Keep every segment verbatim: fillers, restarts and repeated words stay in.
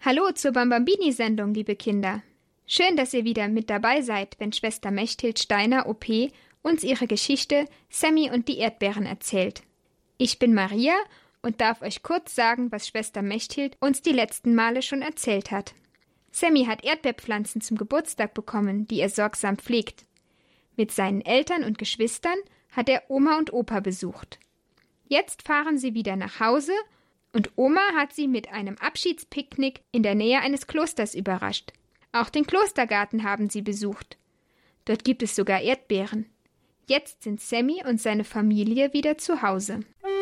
Hallo zur Bambambini-Sendung, liebe Kinder. Schön, dass ihr wieder mit dabei seid, wenn Schwester Mechthild Steiner O P uns ihre Geschichte Sammy und die Erdbeeren erzählt. Ich bin Maria und darf euch kurz sagen, was Schwester Mechthild uns die letzten Male schon erzählt hat. Sammy hat Erdbeerpflanzen zum Geburtstag bekommen, die er sorgsam pflegt. Mit seinen Eltern und Geschwistern hat er Oma und Opa besucht. Jetzt fahren sie wieder nach Hause und Oma hat sie mit einem Abschiedspicknick in der Nähe eines Klosters überrascht. Auch den Klostergarten haben sie besucht. Dort gibt es sogar Erdbeeren. Jetzt sind Sammy und seine Familie wieder zu Hause.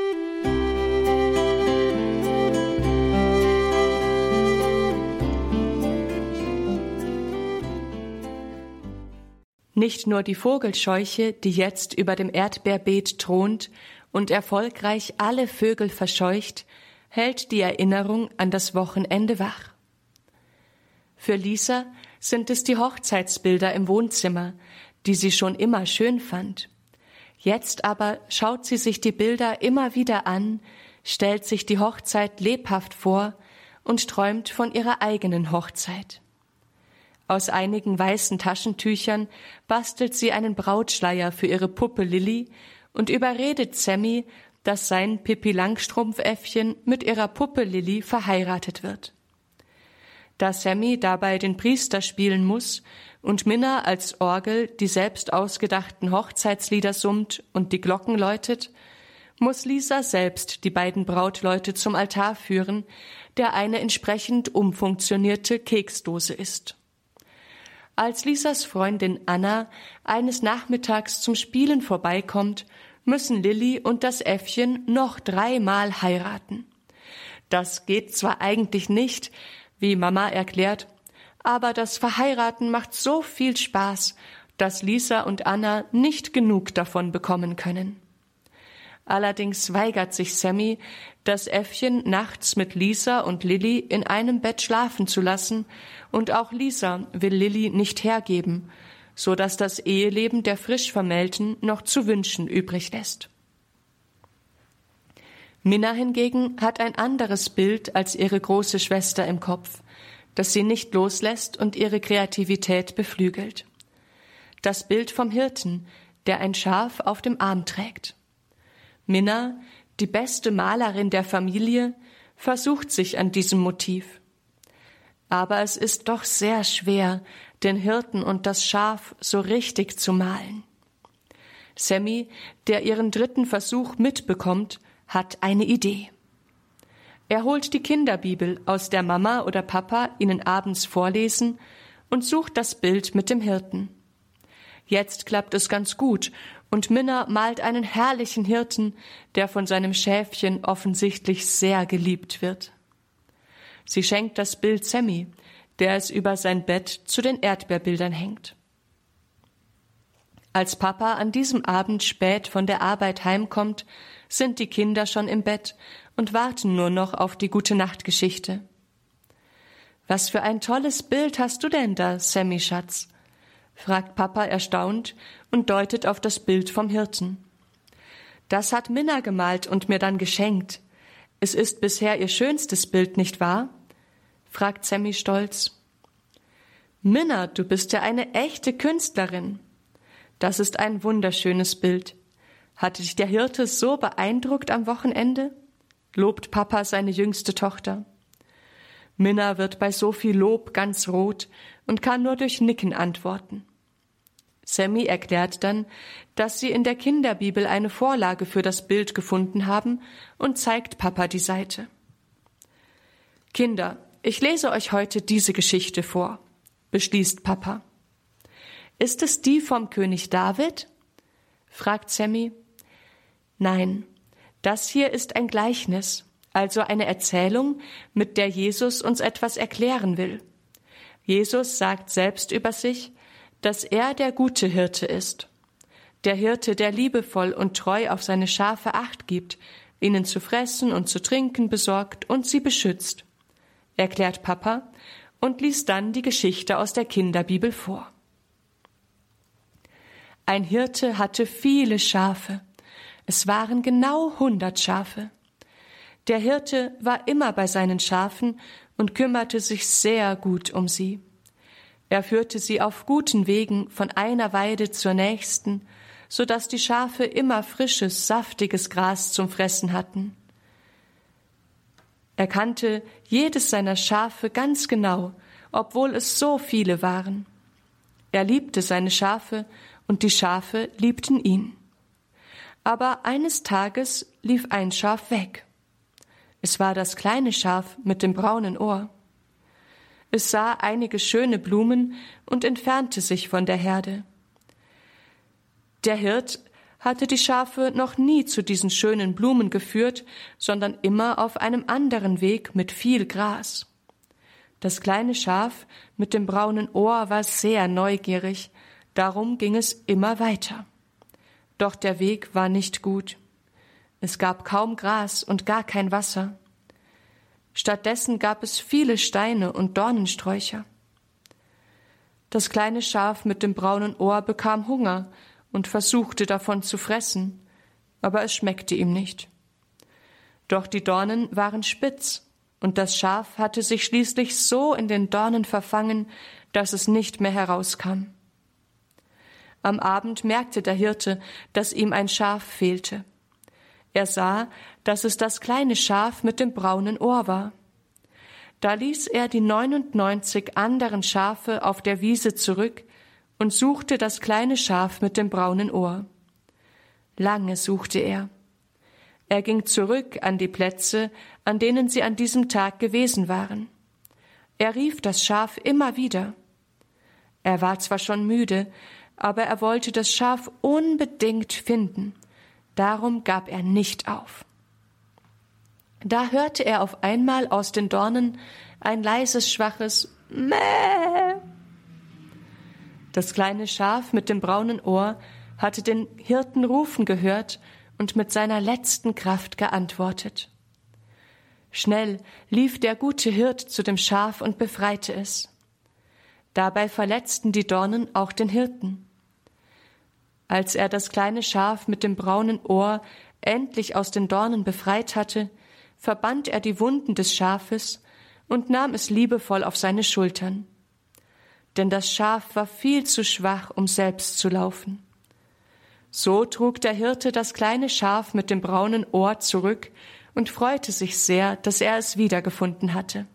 Nicht nur die Vogelscheuche, die jetzt über dem Erdbeerbeet thront und erfolgreich alle Vögel verscheucht, hält die Erinnerung an das Wochenende wach. Für Lisa sind es die Hochzeitsbilder im Wohnzimmer, die sie schon immer schön fand. Jetzt aber schaut sie sich die Bilder immer wieder an, stellt sich die Hochzeit lebhaft vor und träumt von ihrer eigenen Hochzeit. Aus einigen weißen Taschentüchern bastelt sie einen Brautschleier für ihre Puppe Lilli und überredet Sammy, dass sein Pippi-Langstrumpf-Äffchen mit ihrer Puppe Lilli verheiratet wird. Da Sammy dabei den Priester spielen muss und Minna als Orgel die selbst ausgedachten Hochzeitslieder summt und die Glocken läutet, muss Lisa selbst die beiden Brautleute zum Altar führen, der eine entsprechend umfunktionierte Keksdose ist. Als Lisas Freundin Anna eines Nachmittags zum Spielen vorbeikommt, müssen Lilli und das Äffchen noch dreimal heiraten. Das geht zwar eigentlich nicht, wie Mama erklärt, aber das Verheiraten macht so viel Spaß, dass Lisa und Anna nicht genug davon bekommen können. Allerdings weigert sich Sammy, das Äffchen nachts mit Lisa und Lilli in einem Bett schlafen zu lassen, und auch Lisa will Lilli nicht hergeben, so dass das Eheleben der Frischvermählten noch zu wünschen übrig lässt. Minna hingegen hat ein anderes Bild als ihre große Schwester im Kopf, das sie nicht loslässt und ihre Kreativität beflügelt. Das Bild vom Hirten, der ein Schaf auf dem Arm trägt. Minna, die beste Malerin der Familie, versucht sich an diesem Motiv. Aber es ist doch sehr schwer, den Hirten und das Schaf so richtig zu malen. Sammy, der ihren dritten Versuch mitbekommt, hat eine Idee. Er holt die Kinderbibel, aus der Mama oder Papa ihnen abends vorlesen, und sucht das Bild mit dem Hirten. Jetzt klappt es ganz gut, und Minna malt einen herrlichen Hirten, der von seinem Schäfchen offensichtlich sehr geliebt wird. Sie schenkt das Bild Sammy, der es über sein Bett zu den Erdbeerbildern hängt. Als Papa an diesem Abend spät von der Arbeit heimkommt, sind die Kinder schon im Bett und warten nur noch auf die Gute-Nacht-Geschichte. »Was für ein tolles Bild hast du denn da, Sammy, Schatz?« fragt Papa erstaunt und deutet auf das Bild vom Hirten. »Das hat Minna gemalt und mir dann geschenkt. Es ist bisher ihr schönstes Bild, nicht wahr?« fragt Sammy stolz. »Minna, du bist ja eine echte Künstlerin. Das ist ein wunderschönes Bild. Hatte dich der Hirte so beeindruckt am Wochenende?« lobt Papa seine jüngste Tochter. Minna wird bei so viel Lob ganz rot und kann nur durch Nicken antworten. Sammy erklärt dann, dass sie in der Kinderbibel eine Vorlage für das Bild gefunden haben, und zeigt Papa die Seite. »Kinder, ich lese euch heute diese Geschichte vor«, beschließt Papa. »Ist es die vom König David?« fragt Sammy. »Nein, das hier ist ein Gleichnis, also eine Erzählung, mit der Jesus uns etwas erklären will. Jesus sagt selbst über sich, dass er der gute Hirte ist. Der Hirte, der liebevoll und treu auf seine Schafe Acht gibt, ihnen zu fressen und zu trinken besorgt und sie beschützt«, erklärt Papa und liest dann die Geschichte aus der Kinderbibel vor. Ein Hirte hatte viele Schafe. Es waren genau hundert Schafe. Der Hirte war immer bei seinen Schafen und kümmerte sich sehr gut um sie. Er führte sie auf guten Wegen von einer Weide zur nächsten, so dass die Schafe immer frisches, saftiges Gras zum Fressen hatten. Er kannte jedes seiner Schafe ganz genau, obwohl es so viele waren. Er liebte seine Schafe und die Schafe liebten ihn. Aber eines Tages lief ein Schaf weg. Es war das kleine Schaf mit dem braunen Ohr. Es sah einige schöne Blumen und entfernte sich von der Herde. Der Hirt hatte die Schafe noch nie zu diesen schönen Blumen geführt, sondern immer auf einem anderen Weg mit viel Gras. Das kleine Schaf mit dem braunen Ohr war sehr neugierig, darum ging es immer weiter. Doch der Weg war nicht gut. Es gab kaum Gras und gar kein Wasser. Stattdessen gab es viele Steine und Dornensträucher. Das kleine Schaf mit dem braunen Ohr bekam Hunger und versuchte davon zu fressen, aber es schmeckte ihm nicht. Doch die Dornen waren spitz, und das Schaf hatte sich schließlich so in den Dornen verfangen, dass es nicht mehr herauskam. Am Abend merkte der Hirte, dass ihm ein Schaf fehlte. Er sah, dass es das kleine Schaf mit dem braunen Ohr war. Da ließ er die neunundneunzig anderen Schafe auf der Wiese zurück und suchte das kleine Schaf mit dem braunen Ohr. Lange suchte er. Er ging zurück an die Plätze, an denen sie an diesem Tag gewesen waren. Er rief das Schaf immer wieder. Er war zwar schon müde, aber er wollte das Schaf unbedingt finden. Darum gab er nicht auf. Da hörte er auf einmal aus den Dornen ein leises, schwaches Mäh. Das kleine Schaf mit dem braunen Ohr hatte den Hirten rufen gehört und mit seiner letzten Kraft geantwortet. Schnell lief der gute Hirt zu dem Schaf und befreite es. Dabei verletzten die Dornen auch den Hirten. Als er das kleine Schaf mit dem braunen Ohr endlich aus den Dornen befreit hatte, verband er die Wunden des Schafes und nahm es liebevoll auf seine Schultern. Denn das Schaf war viel zu schwach, um selbst zu laufen. So trug der Hirte das kleine Schaf mit dem braunen Ohr zurück und freute sich sehr, dass er es wiedergefunden hatte.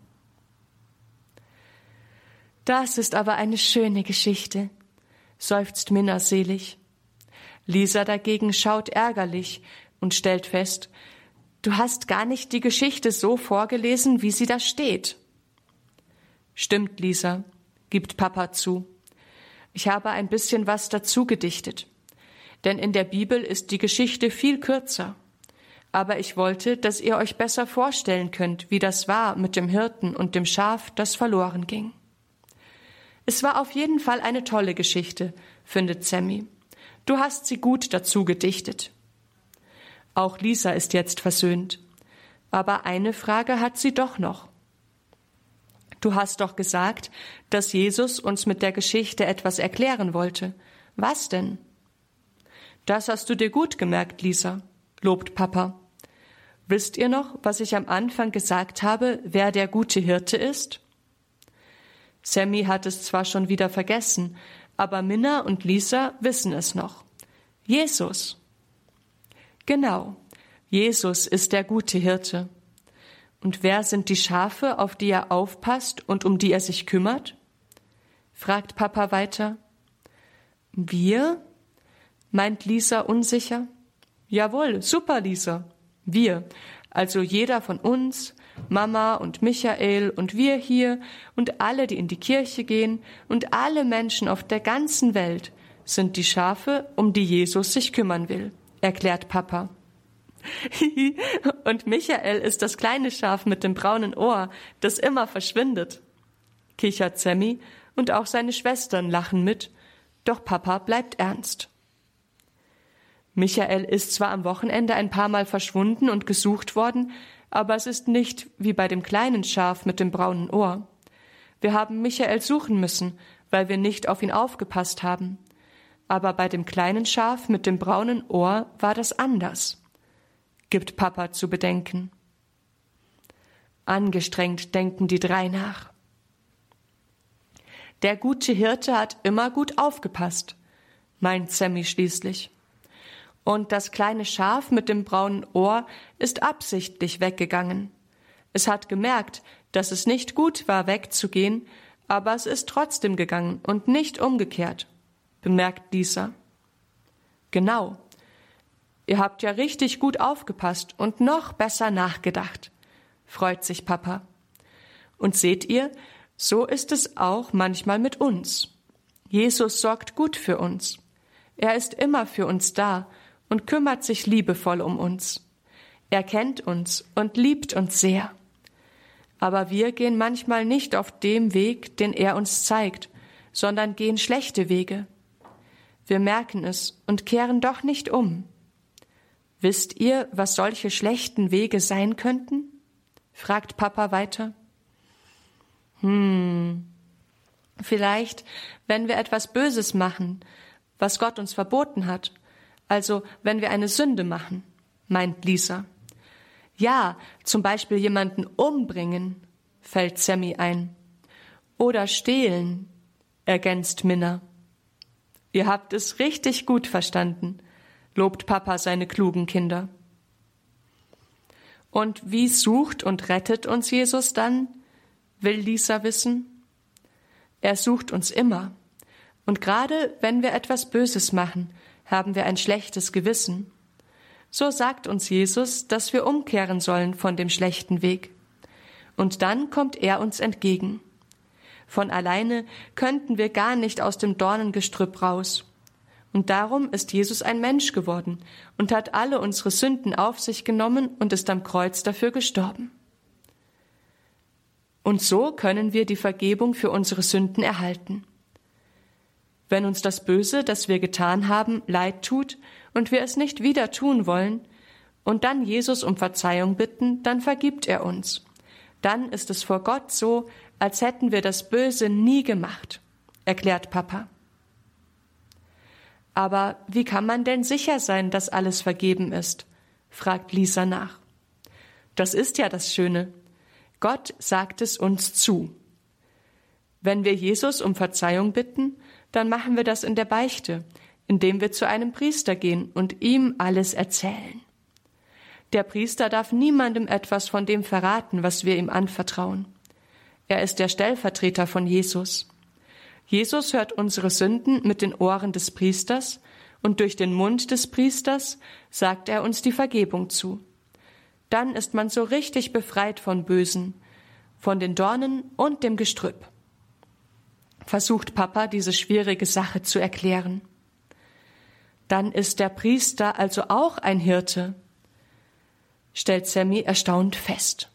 Das ist aber eine schöne Geschichte, seufzt Minna selig. Lisa dagegen schaut ärgerlich und stellt fest, du hast gar nicht die Geschichte so vorgelesen, wie sie da steht. Stimmt, Lisa, gibt Papa zu. Ich habe ein bisschen was dazu gedichtet. Denn in der Bibel ist die Geschichte viel kürzer. Aber ich wollte, dass ihr euch besser vorstellen könnt, wie das war mit dem Hirten und dem Schaf, das verloren ging. Es war auf jeden Fall eine tolle Geschichte, findet Sammy. Du hast sie gut dazu gedichtet. Auch Lisa ist jetzt versöhnt. Aber eine Frage hat sie doch noch. Du hast doch gesagt, dass Jesus uns mit der Geschichte etwas erklären wollte. Was denn? Das hast du dir gut gemerkt, Lisa, lobt Papa. Wisst ihr noch, was ich am Anfang gesagt habe, wer der gute Hirte ist? Sammy hat es zwar schon wieder vergessen, aber Minna und Lisa wissen es noch. Jesus. Genau, Jesus ist der gute Hirte. Und wer sind die Schafe, auf die er aufpasst und um die er sich kümmert? Fragt Papa weiter. Wir? Meint Lisa unsicher. Jawohl, super, Lisa. Wir, also jeder von uns, Mama und Michael und wir hier und alle, die in die Kirche gehen und alle Menschen auf der ganzen Welt sind die Schafe, um die Jesus sich kümmern will, erklärt Papa. Und Michael ist das kleine Schaf mit dem braunen Ohr, das immer verschwindet, kichert Sammy und auch seine Schwestern lachen mit, doch Papa bleibt ernst. Michael ist zwar am Wochenende ein paar Mal verschwunden und gesucht worden, aber es ist nicht wie bei dem kleinen Schaf mit dem braunen Ohr. Wir haben Michael suchen müssen, weil wir nicht auf ihn aufgepasst haben. Aber bei dem kleinen Schaf mit dem braunen Ohr war das anders, gibt Papa zu bedenken. Angestrengt denken die drei nach. Der gute Hirte hat immer gut aufgepasst, meint Sammy schließlich. Und das kleine Schaf mit dem braunen Ohr ist absichtlich weggegangen. Es hat gemerkt, dass es nicht gut war, wegzugehen, aber es ist trotzdem gegangen und nicht umgekehrt, bemerkt Lisa. Genau. Ihr habt ja richtig gut aufgepasst und noch besser nachgedacht, freut sich Papa. Und seht ihr, so ist es auch manchmal mit uns. Jesus sorgt gut für uns. Er ist immer für uns da und kümmert sich liebevoll um uns. Er kennt uns und liebt uns sehr. Aber wir gehen manchmal nicht auf dem Weg, den er uns zeigt, sondern gehen schlechte Wege. Wir merken es und kehren doch nicht um. Wisst ihr, was solche schlechten Wege sein könnten? Fragt Papa weiter. Hm, vielleicht, wenn wir etwas Böses machen, was Gott uns verboten hat, also wenn wir eine Sünde machen, meint Lisa. Ja, zum Beispiel jemanden umbringen, fällt Sammy ein. Oder stehlen, ergänzt Minna. Ihr habt es richtig gut verstanden, lobt Papa seine klugen Kinder. Und wie sucht und rettet uns Jesus dann, will Lisa wissen? Er sucht uns immer. Und gerade wenn wir etwas Böses machen, haben wir ein schlechtes Gewissen. So sagt uns Jesus, dass wir umkehren sollen von dem schlechten Weg. Und dann kommt er uns entgegen. Von alleine könnten wir gar nicht aus dem Dornengestrüpp raus. Und darum ist Jesus ein Mensch geworden und hat alle unsere Sünden auf sich genommen und ist am Kreuz dafür gestorben. Und so können wir die Vergebung für unsere Sünden erhalten. Wenn uns das Böse, das wir getan haben, leid tut und wir es nicht wieder tun wollen und dann Jesus um Verzeihung bitten, dann vergibt er uns. Dann ist es vor Gott so, als hätten wir das Böse nie gemacht, erklärt Papa. Aber wie kann man denn sicher sein, dass alles vergeben ist? Fragt Lisa nach. Das ist ja das Schöne. Gott sagt es uns zu. Wenn wir Jesus um Verzeihung bitten, dann machen wir das in der Beichte, indem wir zu einem Priester gehen und ihm alles erzählen. Der Priester darf niemandem etwas von dem verraten, was wir ihm anvertrauen. Er ist der Stellvertreter von Jesus. Jesus hört unsere Sünden mit den Ohren des Priesters und durch den Mund des Priesters sagt er uns die Vergebung zu. Dann ist man so richtig befreit von Bösen, von den Dornen und dem Gestrüpp. Versucht Papa, diese schwierige Sache zu erklären. Dann ist der Priester also auch ein Hirte, stellt Sammy erstaunt fest.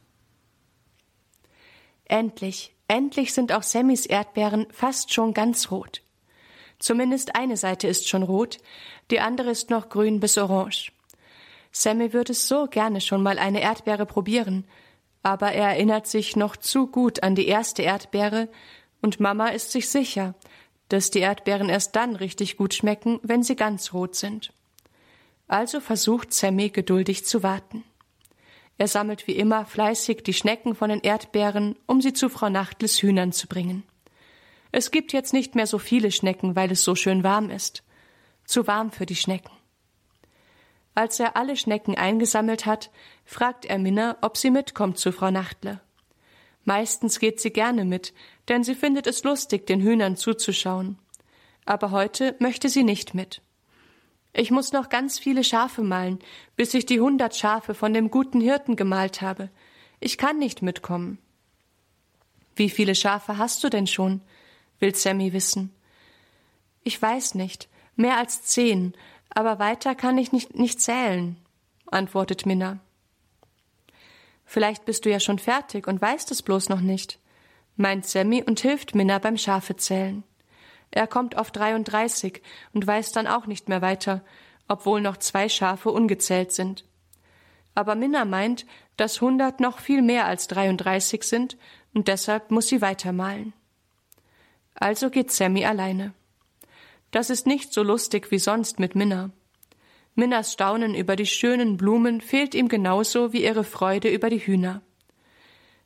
Endlich, endlich sind auch Sammys Erdbeeren fast schon ganz rot. Zumindest eine Seite ist schon rot, die andere ist noch grün bis orange. Sammy würde so gerne schon mal eine Erdbeere probieren, aber er erinnert sich noch zu gut an die erste Erdbeere und Mama ist sich sicher, dass die Erdbeeren erst dann richtig gut schmecken, wenn sie ganz rot sind. Also versucht Sammy geduldig zu warten. Er sammelt wie immer fleißig die Schnecken von den Erdbeeren, um sie zu Frau Nachtles Hühnern zu bringen. Es gibt jetzt nicht mehr so viele Schnecken, weil es so schön warm ist. Zu warm für die Schnecken. Als er alle Schnecken eingesammelt hat, fragt er Minna, ob sie mitkommt zu Frau Nachtle. Meistens geht sie gerne mit, denn sie findet es lustig, den Hühnern zuzuschauen. Aber heute möchte sie nicht mit. Ich muss noch ganz viele Schafe malen, bis ich die hundert Schafe von dem guten Hirten gemalt habe. Ich kann nicht mitkommen. Wie viele Schafe hast du denn schon? Will Sammy wissen. Ich weiß nicht, mehr als zehn, aber weiter kann ich nicht, nicht zählen, antwortet Minna. Vielleicht bist du ja schon fertig und weißt es bloß noch nicht, meint Sammy und hilft Minna beim Schafezählen. Er kommt auf dreiunddreißig und weiß dann auch nicht mehr weiter, obwohl noch zwei Schafe ungezählt sind. Aber Minna meint, dass hundert noch viel mehr als dreiunddreißig sind und deshalb muss sie weitermalen. Also geht Sammy alleine. Das ist nicht so lustig wie sonst mit Minna. Minnas Staunen über die schönen Blumen fehlt ihm genauso wie ihre Freude über die Hühner.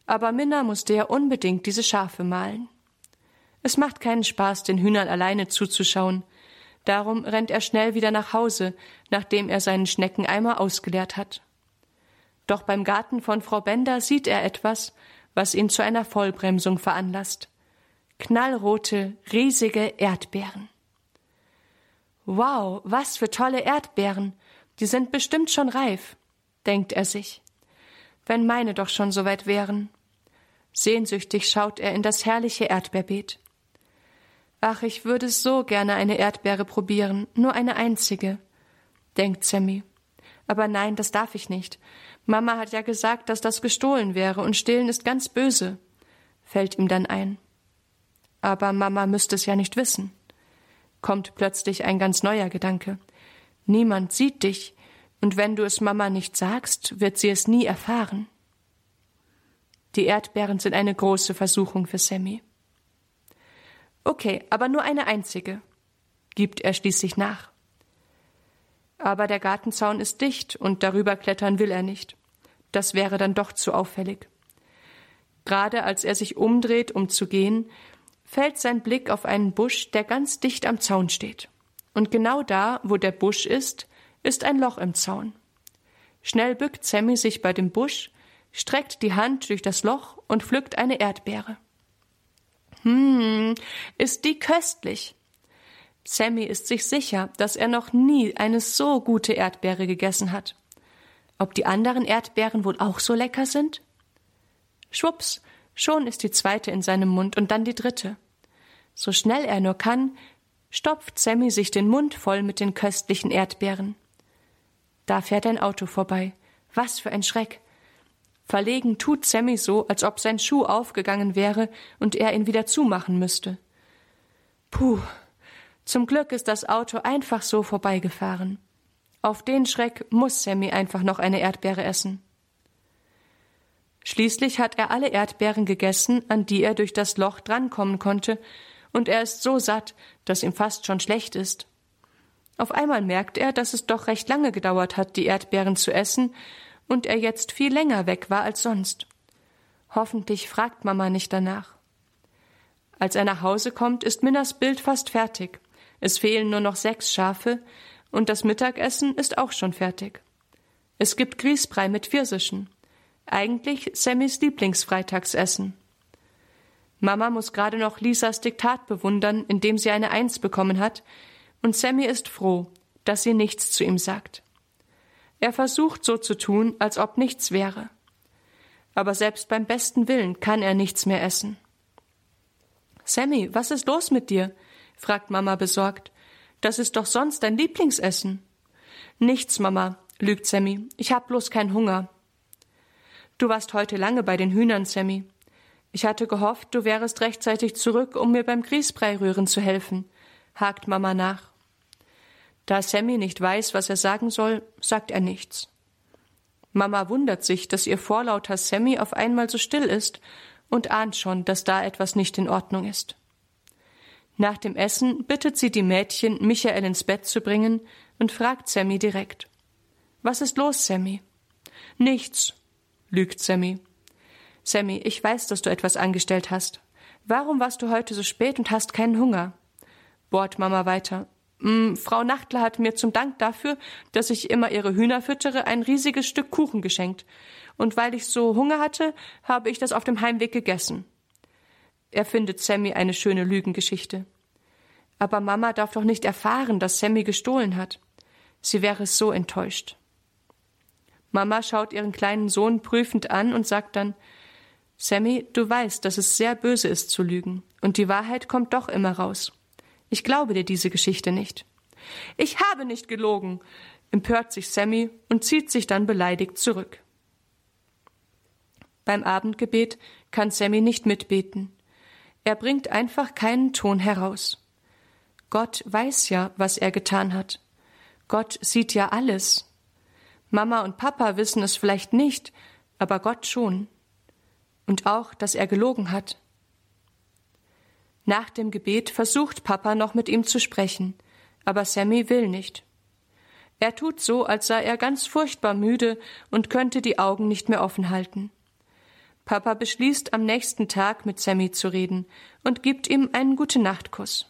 aber Minna musste ja unbedingt diese Schafe mahlen. Es macht keinen Spaß, den Hühnern alleine zuzuschauen. Darum rennt er schnell wieder nach Hause, nachdem er seinen Schneckeneimer ausgeleert hat. Doch beim Garten von Frau Bender sieht er etwas, was ihn zu einer Vollbremsung veranlasst. Knallrote, riesige Erdbeeren. Wow, was für tolle Erdbeeren! Die sind bestimmt schon reif, denkt er sich. Wenn meine doch schon so weit wären. Sehnsüchtig schaut er in das herrliche Erdbeerbeet. Ach, ich würde so gerne eine Erdbeere probieren, nur eine einzige, denkt Sammy. Aber nein, das darf ich nicht. Mama hat ja gesagt, dass das gestohlen wäre und stehlen ist ganz böse, fällt ihm dann ein. Aber Mama müsste es ja nicht wissen. Kommt plötzlich ein ganz neuer Gedanke. Niemand sieht dich, und wenn du es Mama nicht sagst, wird sie es nie erfahren. Die Erdbeeren sind eine große Versuchung für Sammy. Okay, aber nur eine einzige, gibt er schließlich nach. Aber der Gartenzaun ist dicht und darüber klettern will er nicht. Das wäre dann doch zu auffällig. Gerade als er sich umdreht, um zu gehen, fällt sein Blick auf einen Busch, der ganz dicht am Zaun steht. Und genau da, wo der Busch ist, ist ein Loch im Zaun. Schnell bückt Sammy sich bei dem Busch, streckt die Hand durch das Loch und pflückt eine Erdbeere. Hm, ist die köstlich. Sammy ist sich sicher, dass er noch nie eine so gute Erdbeere gegessen hat. Ob die anderen Erdbeeren wohl auch so lecker sind? Schwupps, schon ist die zweite in seinem Mund und dann die dritte. So schnell er nur kann, stopft Sammy sich den Mund voll mit den köstlichen Erdbeeren. Da fährt ein Auto vorbei. Was für ein Schreck! Verlegen tut Sammy so, als ob sein Schuh aufgegangen wäre und er ihn wieder zumachen müsste. Puh, zum Glück ist das Auto einfach so vorbeigefahren. Auf den Schreck muss Sammy einfach noch eine Erdbeere essen. Schließlich hat er alle Erdbeeren gegessen, an die er durch das Loch drankommen konnte, und er ist so satt, dass ihm fast schon schlecht ist. Auf einmal merkt er, dass es doch recht lange gedauert hat, die Erdbeeren zu essen, und er jetzt viel länger weg war als sonst. Hoffentlich fragt Mama nicht danach. Als er nach Hause kommt, ist Minnas Bild fast fertig. Es fehlen nur noch sechs Schafe, und das Mittagessen ist auch schon fertig. Es gibt Grießbrei mit Pfirsichen. Eigentlich Sammys Lieblingsfreitagsessen. Mama muss gerade noch Lisas Diktat bewundern, indem sie eine Eins bekommen hat, und Sammy ist froh, dass sie nichts zu ihm sagt. Er versucht so zu tun, als ob nichts wäre. Aber selbst beim besten Willen kann er nichts mehr essen. »Sammy, was ist los mit dir?« fragt Mama besorgt. »Das ist doch sonst dein Lieblingsessen.« »Nichts, Mama«, lügt Sammy. »Ich hab bloß keinen Hunger.« »Du warst heute lange bei den Hühnern, Sammy. Ich hatte gehofft, du wärest rechtzeitig zurück, um mir beim Grießbrei-Rühren zu helfen«, hakt Mama nach. Da Sammy nicht weiß, was er sagen soll, sagt er nichts. Mama wundert sich, dass ihr vorlauter Sammy auf einmal so still ist und ahnt schon, dass da etwas nicht in Ordnung ist. Nach dem Essen bittet sie die Mädchen, Michael ins Bett zu bringen und fragt Sammy direkt. »Was ist los, Sammy?« »Nichts«, lügt Sammy. »Sammy, ich weiß, dass du etwas angestellt hast. Warum warst du heute so spät und hast keinen Hunger?« bohrt Mama weiter. Mm, Frau Nachtler hat mir zum Dank dafür, dass ich immer ihre Hühner füttere, ein riesiges Stück Kuchen geschenkt. Und weil ich so Hunger hatte, habe ich das auf dem Heimweg gegessen. Er findet Sammy eine schöne Lügengeschichte. Aber Mama darf doch nicht erfahren, dass Sammy gestohlen hat. Sie wäre so enttäuscht. Mama schaut ihren kleinen Sohn prüfend an und sagt dann, »Sammy, du weißt, dass es sehr böse ist zu lügen. Und die Wahrheit kommt doch immer raus. Ich glaube dir diese Geschichte nicht.« »Ich habe nicht gelogen«, empört sich Sammy und zieht sich dann beleidigt zurück. Beim Abendgebet kann Sammy nicht mitbeten. Er bringt einfach keinen Ton heraus. Gott weiß ja, was er getan hat. Gott sieht ja alles. Mama und Papa wissen es vielleicht nicht, aber Gott schon. Und auch, dass er gelogen hat. Nach dem Gebet versucht Papa noch mit ihm zu sprechen, aber Sammy will nicht. Er tut so, als sei er ganz furchtbar müde und könnte die Augen nicht mehr offen halten. Papa beschließt, am nächsten Tag mit Sammy zu reden und gibt ihm einen Gute-Nacht-Kuss.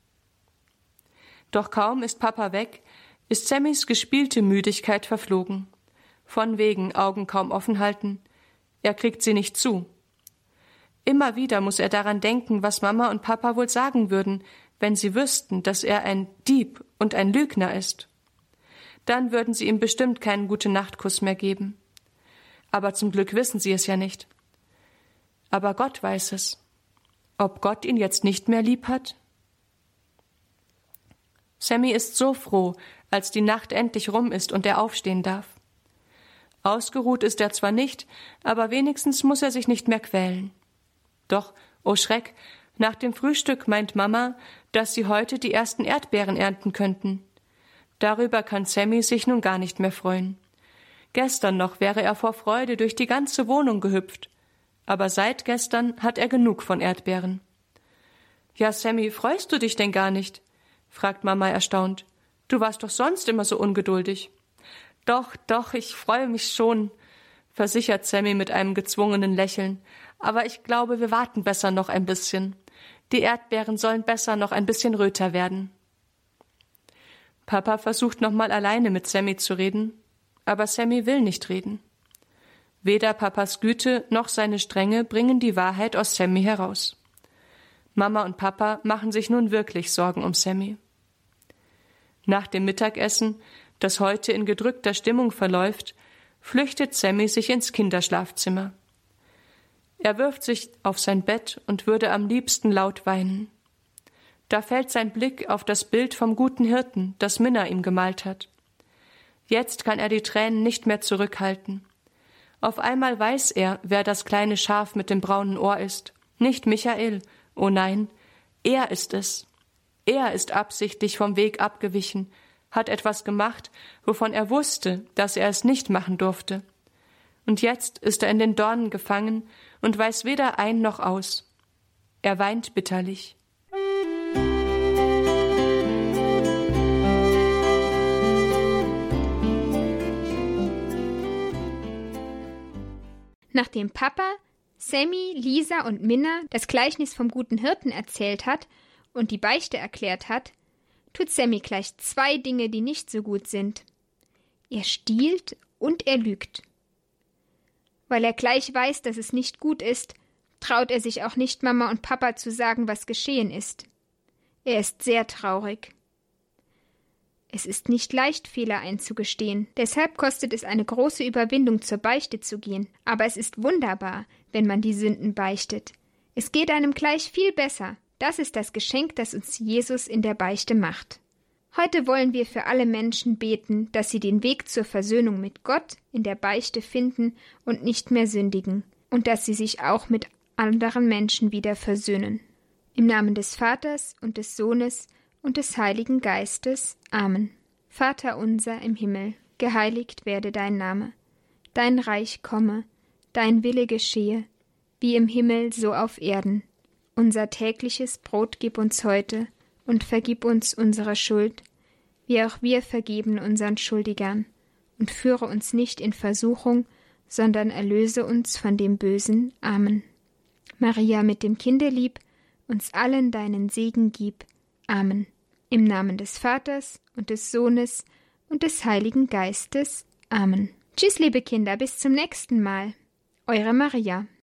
Doch kaum ist Papa weg, ist Sammys gespielte Müdigkeit verflogen. Von wegen Augen kaum offen halten. Er kriegt sie nicht zu. Immer wieder muss er daran denken, was Mama und Papa wohl sagen würden, wenn sie wüssten, dass er ein Dieb und ein Lügner ist. Dann würden sie ihm bestimmt keinen Gute-Nacht-Kuss mehr geben. Aber zum Glück wissen sie es ja nicht. Aber Gott weiß es. Ob Gott ihn jetzt nicht mehr lieb hat? Sammy ist so froh, als die Nacht endlich rum ist und er aufstehen darf. Ausgeruht ist er zwar nicht, aber wenigstens muss er sich nicht mehr quälen. Doch, oh Schreck, nach dem Frühstück meint Mama, dass sie heute die ersten Erdbeeren ernten könnten. Darüber kann Sammy sich nun gar nicht mehr freuen. Gestern noch wäre er vor Freude durch die ganze Wohnung gehüpft, aber seit gestern hat er genug von Erdbeeren. »Ja, Sammy, freust du dich denn gar nicht?« fragt Mama erstaunt. »Du warst doch sonst immer so ungeduldig.« »Doch, doch, ich freue mich schon«, versichert Sammy mit einem gezwungenen Lächeln. »Aber ich glaube, wir warten besser noch ein bisschen. Die Erdbeeren sollen besser noch ein bisschen röter werden.« Papa versucht nochmal alleine mit Sammy zu reden, aber Sammy will nicht reden. Weder Papas Güte noch seine Strenge bringen die Wahrheit aus Sammy heraus. Mama und Papa machen sich nun wirklich Sorgen um Sammy. Nach dem Mittagessen, das heute in gedrückter Stimmung verläuft, flüchtet Sammy sich ins Kinderschlafzimmer. Er wirft sich auf sein Bett und würde am liebsten laut weinen. Da fällt sein Blick auf das Bild vom guten Hirten, das Minna ihm gemalt hat. Jetzt kann er die Tränen nicht mehr zurückhalten. Auf einmal weiß er, wer das kleine Schaf mit dem braunen Ohr ist. Nicht Michael, oh nein, er ist es. Er ist absichtlich vom Weg abgewichen, hat etwas gemacht, wovon er wusste, dass er es nicht machen durfte. Und jetzt ist er in den Dornen gefangen und weiß weder ein noch aus. Er weint bitterlich. Nachdem Papa, Sammy, Lisa und Minna das Gleichnis vom guten Hirten erzählt hat und die Beichte erklärt hat, tut Sammy gleich zwei Dinge, die nicht so gut sind. Er stiehlt und er lügt. Weil er gleich weiß, dass es nicht gut ist, traut er sich auch nicht, Mama und Papa zu sagen, was geschehen ist. Er ist sehr traurig. Es ist nicht leicht, Fehler einzugestehen. Deshalb kostet es eine große Überwindung, zur Beichte zu gehen. Aber es ist wunderbar, wenn man die Sünden beichtet. Es geht einem gleich viel besser. Das ist das Geschenk, das uns Jesus in der Beichte macht. Heute wollen wir für alle Menschen beten, dass sie den Weg zur Versöhnung mit Gott in der Beichte finden und nicht mehr sündigen. Und dass sie sich auch mit anderen Menschen wieder versöhnen. Im Namen des Vaters und des Sohnes und des Heiligen Geistes. Amen. Vater unser im Himmel, geheiligt werde dein Name. Dein Reich komme, dein Wille geschehe, wie im Himmel so auf Erden. Unser tägliches Brot gib uns heute und vergib uns unsere Schuld, wie auch wir vergeben unseren Schuldigern. Und führe uns nicht in Versuchung, sondern erlöse uns von dem Bösen. Amen. Maria mit dem Kinderlieb, uns allen deinen Segen gib. Amen. Im Namen des Vaters und des Sohnes und des Heiligen Geistes. Amen. Tschüss, liebe Kinder, bis zum nächsten Mal. Eure Maria.